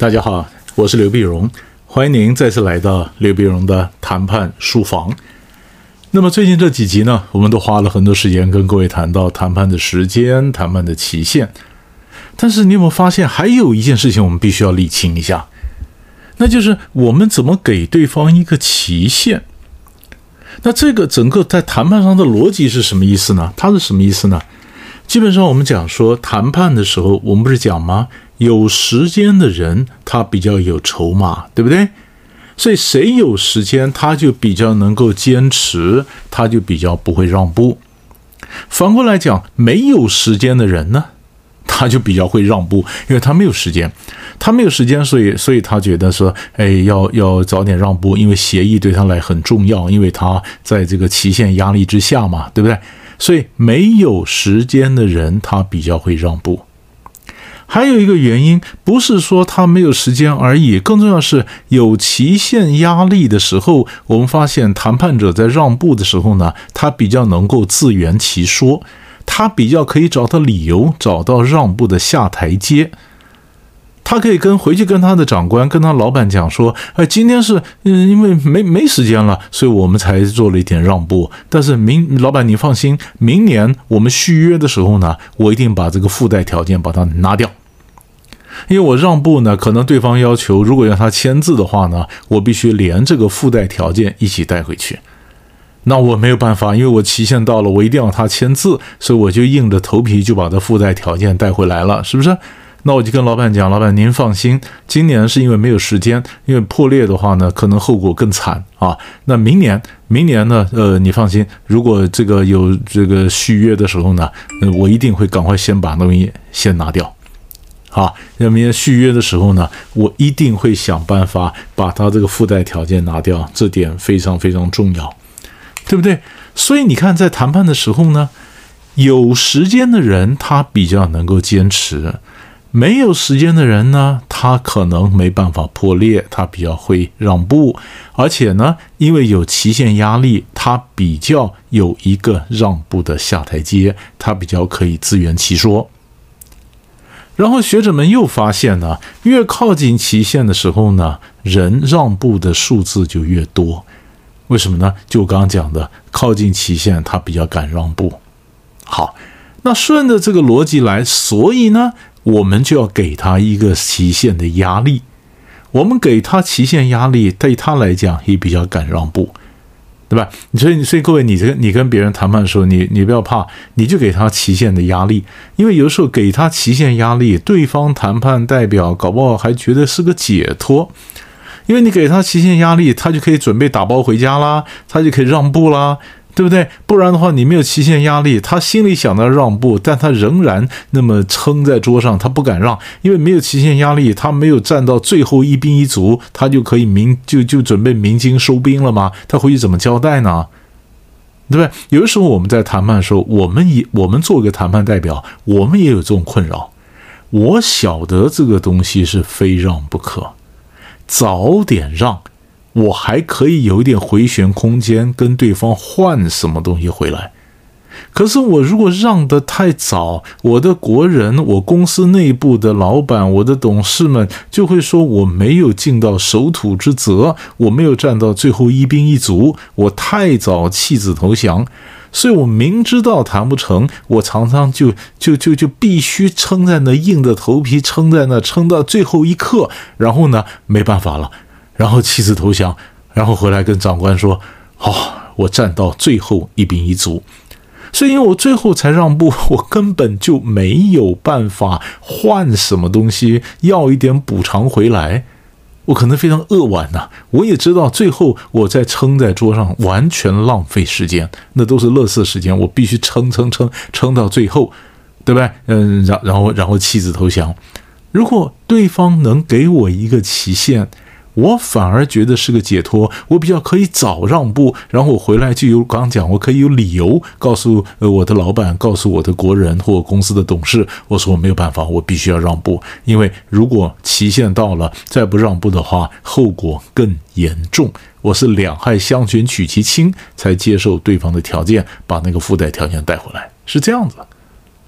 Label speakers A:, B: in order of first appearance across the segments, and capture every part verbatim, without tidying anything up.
A: 大家好，我是刘必荣，欢迎您再次来到刘必荣的谈判书房。那么最近这几集呢，我们都花了很多时间跟各位谈到谈判的时间、谈判的期限。但是你有没有发现，还有一件事情我们必须要理清一下，那就是我们怎么给对方一个期限。那这个整个在谈判上的逻辑是什么意思呢？它是什么意思呢？基本上我们讲说谈判的时候，我们不是讲吗？有时间的人他比较有筹码，对不对？所以谁有时间他就比较能够坚持，他就比较不会让步。反过来讲，没有时间的人呢，他就比较会让步，因为他没有时间，他没有时间，所以所以他觉得说，哎，要要早点让步，因为协议对他来很重要，因为他在这个期限压力之下嘛，对不对？所以没有时间的人，他比较会让步。还有一个原因，不是说他没有时间而已，更重要是有期限压力的时候，我们发现谈判者在让步的时候呢，他比较能够自圆其说，他比较可以找到理由，找到让步的下台阶。他可以跟回去跟他的长官、跟他老板讲说，哎，今天是嗯，因为没没时间了，所以我们才做了一点让步。但是明老板你放心，明年我们续约的时候呢，我一定把这个附带条件把它拿掉。因为我让步呢，可能对方要求如果要他签字的话呢，我必须连这个附带条件一起带回去。那我没有办法，因为我期限到了，我一定要他签字，所以我就硬着头皮就把这附带条件带回来了，是不是？那我就跟老板讲，老板您放心，今年是因为没有时间，因为破裂的话呢，可能后果更惨啊。那明年，明年呢，呃，你放心，如果这个有这个续约的时候呢，呃、我一定会赶快先把东西先拿掉。好，那明年续约的时候呢，我一定会想办法把它这个附带条件拿掉，这点非常非常重要，对不对？所以你看，在谈判的时候呢，有时间的人他比较能够坚持。没有时间的人呢，他可能没办法破裂，他比较会让步，而且呢，因为有期限压力，他比较有一个让步的下台阶，他比较可以自圆其说。然后学者们又发现呢，越靠近期限的时候呢，人让步的数字就越多。为什么呢？就我刚刚讲的，靠近期限他比较敢让步。好，那顺着这个逻辑来，所以呢，我们就要给他一个期限的压力。我们给他期限压力，对他来讲也比较敢让步，对吧？所以，所以各位，你跟你跟别人谈判的时候，你你不要怕，你就给他期限的压力，因为有时候给他期限压力，对方谈判代表搞不好还觉得是个解脱，因为你给他期限压力，他就可以准备打包回家啦，他就可以让步啦。对不对？不然的话，你没有期限压力，他心里想到让步，但他仍然那么撑在桌上，他不敢让，因为没有期限压力，他没有站到最后一兵一卒，他就可以鸣就就准备鸣金收兵了吗？他回去怎么交代呢？对不对？有的时候我们在谈判的时候，我们也我们做一个谈判代表，我们也有这种困扰。我晓得这个东西是非让不可，早点让。我还可以有一点回旋空间，跟对方换什么东西回来。可是我如果让得太早，我的国人、我公司内部的老板、我的董事们就会说我没有尽到守土之责，我没有站到最后一兵一卒，我太早弃子投降。所以我明知道谈不成，我常常就就就就必须撑在那，硬着头皮撑在那，撑到最后一刻，然后呢，没办法了。然后弃子投降，然后回来跟长官说，哦，我站到最后一兵一卒。所以因为我最后才让步，我根本就没有办法换什么东西，要一点补偿回来，我可能非常扼腕呐。我也知道最后我在撑在桌上，完全浪费时间，那都是垃圾时间，我必须撑撑撑撑到最后，对不对？嗯，然然后然后弃子投降。如果对方能给我一个期限，我反而觉得是个解脱，我比较可以早让步，然后我回来就有刚刚讲，我可以有理由告诉呃我的老板，告诉我的国人或公司的董事，我说我没有办法，我必须要让步，因为如果期限到了再不让步的话，后果更严重。我是两害相权取其轻，才接受对方的条件，把那个附带条件带回来，是这样子。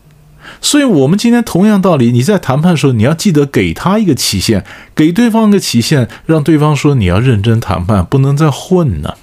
A: 所以我们今天同样道理，你在谈判的时候，你要记得给他一个期限，给对方一个期限，让对方说你要认真谈判，不能再混了。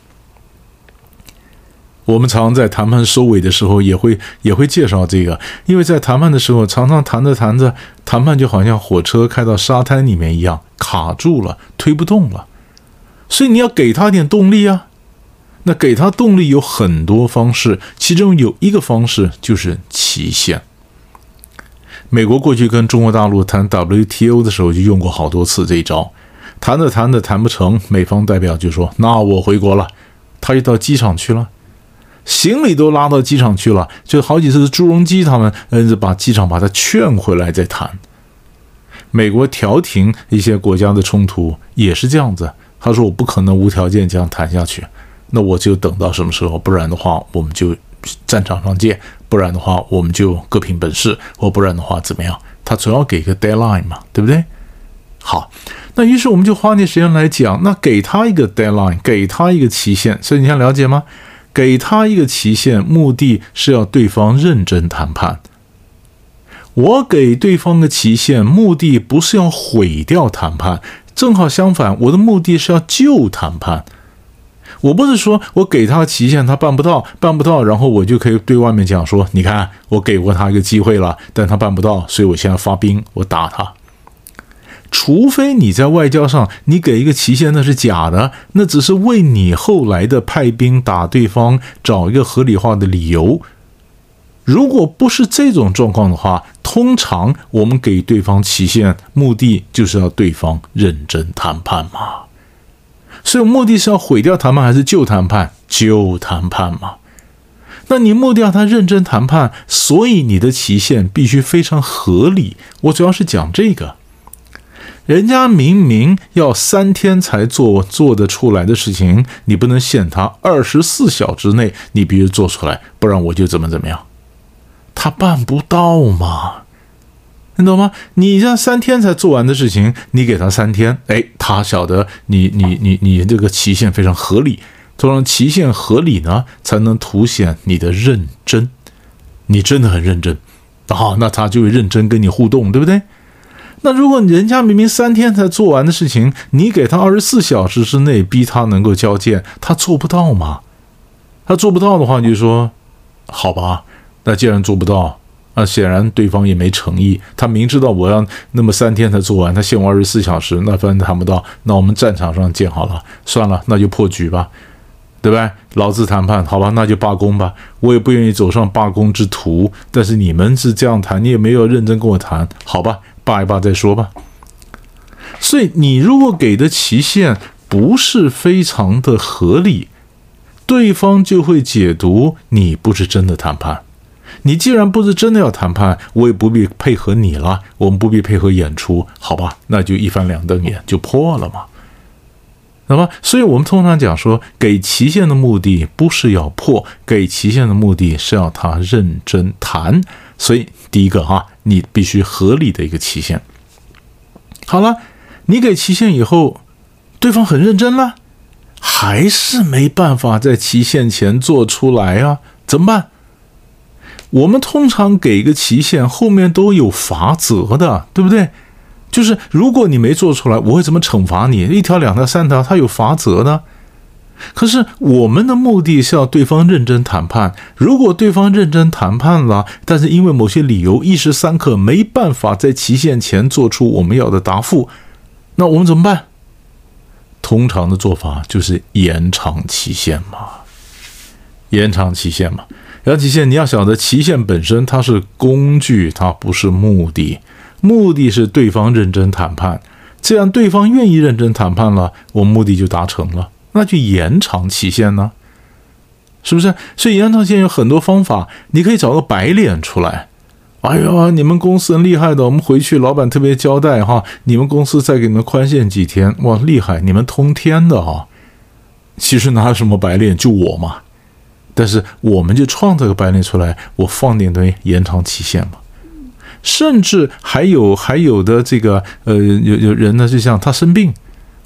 A: 我们常常在谈判收尾的时候也会也会介绍这个，因为在谈判的时候，常常谈着谈着，谈判就好像火车开到沙滩里面一样，卡住了，推不动了。所以你要给他点动力啊。那给他动力有很多方式，其中有一个方式就是期限。美国过去跟中国大陆谈 W T O 的时候就用过好多次这一招，谈着谈着谈不成，美方代表就说那我回国了，他就到机场去了，行李都拉到机场去了，就好几次朱镕基他们嗯把机场把他劝回来再谈。美国调停一些国家的冲突也是这样子，他说我不可能无条件这样谈下去，那我就等到什么时候，不然的话我们就战场上见，不然的话我们就各凭本事，或不然的话怎么样，他总要给一个 deadline 嘛，对不对？好，那于是我们就花点时间来讲，那给他一个 deadline， 给他一个期限，所以你想了解吗？给他一个期限，目的是要对方认真谈判。我给对方的期限，目的不是要毁掉谈判，正好相反，我的目的是要救谈判。我不是说我给他期限他办不到办不到，然后我就可以对外面讲说，你看我给过他一个机会了，但他办不到，所以我现在发兵，我打他。除非你在外交上你给一个期限，那是假的，那只是为你后来的派兵打对方找一个合理化的理由。如果不是这种状况的话，通常我们给对方期限，目的就是要对方认真谈判嘛。所以目的是要毁掉谈判还是救谈判？救谈判嘛。那你目的要他认真谈判，所以你的期限必须非常合理。我主要是讲这个，人家明明要三天才做做得出来的事情，你不能限他二十四小时内你必须做出来，不然我就怎么怎么样。他办不到嘛，你懂吗？你这三天才做完的事情，你给他三天，哎，他晓得你你你你这个期限非常合理。通常期限合理呢，才能凸显你的认真，你真的很认真，啊，那他就会认真跟你互动，对不对？那如果人家明明三天才做完的事情，你给他二十四小时之内逼他能够交件，他做不到吗？他做不到的话，你就说好吧，那既然做不到，那显然对方也没诚意。他明知道我要那么三天才做完，他限我二十四小时，那反正谈不到，那我们战场上见好了，算了，那就破局吧，对吧？劳资谈判，好吧，那就罢工吧。我也不愿意走上罢工之途，但是你们是这样谈，你也没有认真跟我谈，好吧，罢一罢再说吧。所以你如果给的期限不是非常的合理，对方就会解读你不是真的谈判。你既然不是真的要谈判，我也不必配合你了，我们不必配合演出，好吧，那就一翻两瞪眼就破了嘛。那么，所以我们通常讲说，给期限的目的不是要破，给期限的目的是要他认真谈。所以第一个哈，你必须合理的一个期限。好了，你给期限以后，对方很认真了，还是没办法在期限前做出来啊，怎么办？我们通常给一个期限，后面都有罚则的，对不对？就是如果你没做出来，我会怎么惩罚你？一条、两条、三条，它有罚则的。可是我们的目的是要对方认真谈判。如果对方认真谈判了，但是因为某些理由一时三刻没办法在期限前做出我们要的答复，那我们怎么办？通常的做法就是延长期限嘛，延长期限嘛。延长期限，你要晓得，期限本身它是工具，它不是目的。目的是对方认真谈判，这样对方愿意认真谈判了，我目的就达成了，那就延长期限呢，是不是？所以延长期限有很多方法，你可以找个白脸出来，哎呀，你们公司很厉害的，我们回去老板特别交代哈，你们公司再给你们宽限几天，哇，厉害，你们通天的哈。其实哪有什么白脸，就我嘛。但是我们就创造个白脸出来，我放点东西延长期限嘛。甚至还有还有的这个呃有有人呢，就像他生病，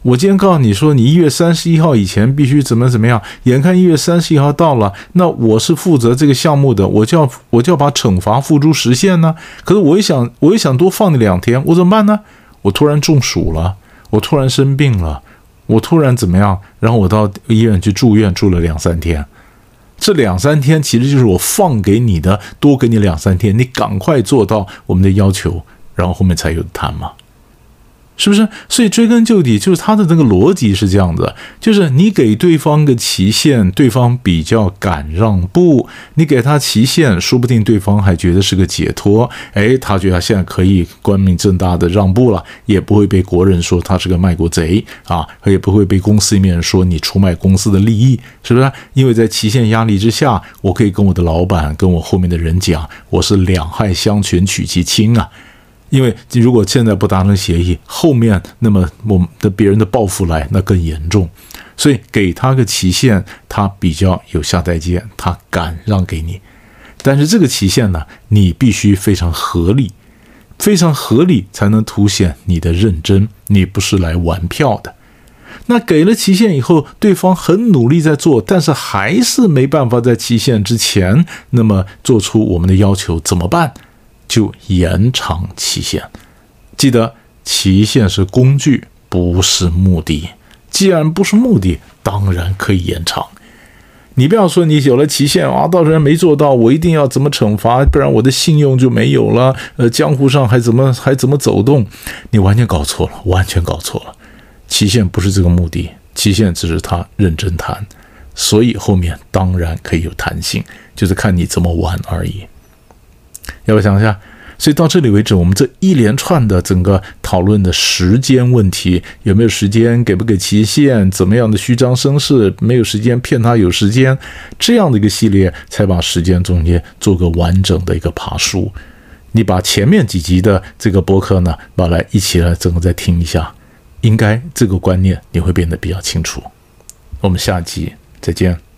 A: 我今天告诉你说，你一月三十一号以前必须怎么怎么样，眼看一月三十一号到了，那我是负责这个项目的，我就要我就要把惩罚付诸实现呢。可是我也想，我也想多放你两天，我怎么办呢？我突然中暑了，我突然生病了，我突然怎么样？然后我到医院去住院，住了两三天。这两三天其实就是我放给你的，多给你两三天，你赶快做到我们的要求，然后后面才有谈嘛。是不是？所以追根究底，就是他的这个逻辑是这样的，就是你给对方个期限，对方比较敢让步，你给他期限，说不定对方还觉得是个解脱，诶，他觉得他现在可以光明正大的让步了，也不会被国人说他是个卖国贼啊，也不会被公司里面说你出卖公司的利益，是不是？因为在期限压力之下，我可以跟我的老板，跟我后面的人讲，我是两害相权取其轻啊。因为如果现在不达成协议，后面那么我们的别人的报复来那更严重，所以给他个期限，他比较有下台阶，他敢让给你。但是这个期限呢，你必须非常合理，非常合理才能凸显你的认真，你不是来玩票的。那给了期限以后，对方很努力在做，但是还是没办法在期限之前那么做出我们的要求，怎么办？就延长期限。记得期限是工具，不是目的。既然不是目的，当然可以延长。你不要说你有了期限啊，到时候没做到，我一定要怎么惩罚，不然我的信用就没有了。呃，江湖上还怎么还怎么走动？你完全搞错了，完全搞错了。期限不是这个目的，期限只是他认真谈，所以后面当然可以有弹性，就是看你怎么玩而已。要不要想一下？所以到这里为止，我们这一连串的整个讨论的时间问题，有没有时间，给不给期限，怎么样的虚张声势，没有时间骗他有时间，这样的一个系列，才把时间中间做个完整的一个爬梳。你把前面几集的这个播客呢，把来一起来整个再听一下，应该这个观念你会变得比较清楚。我们下集再见。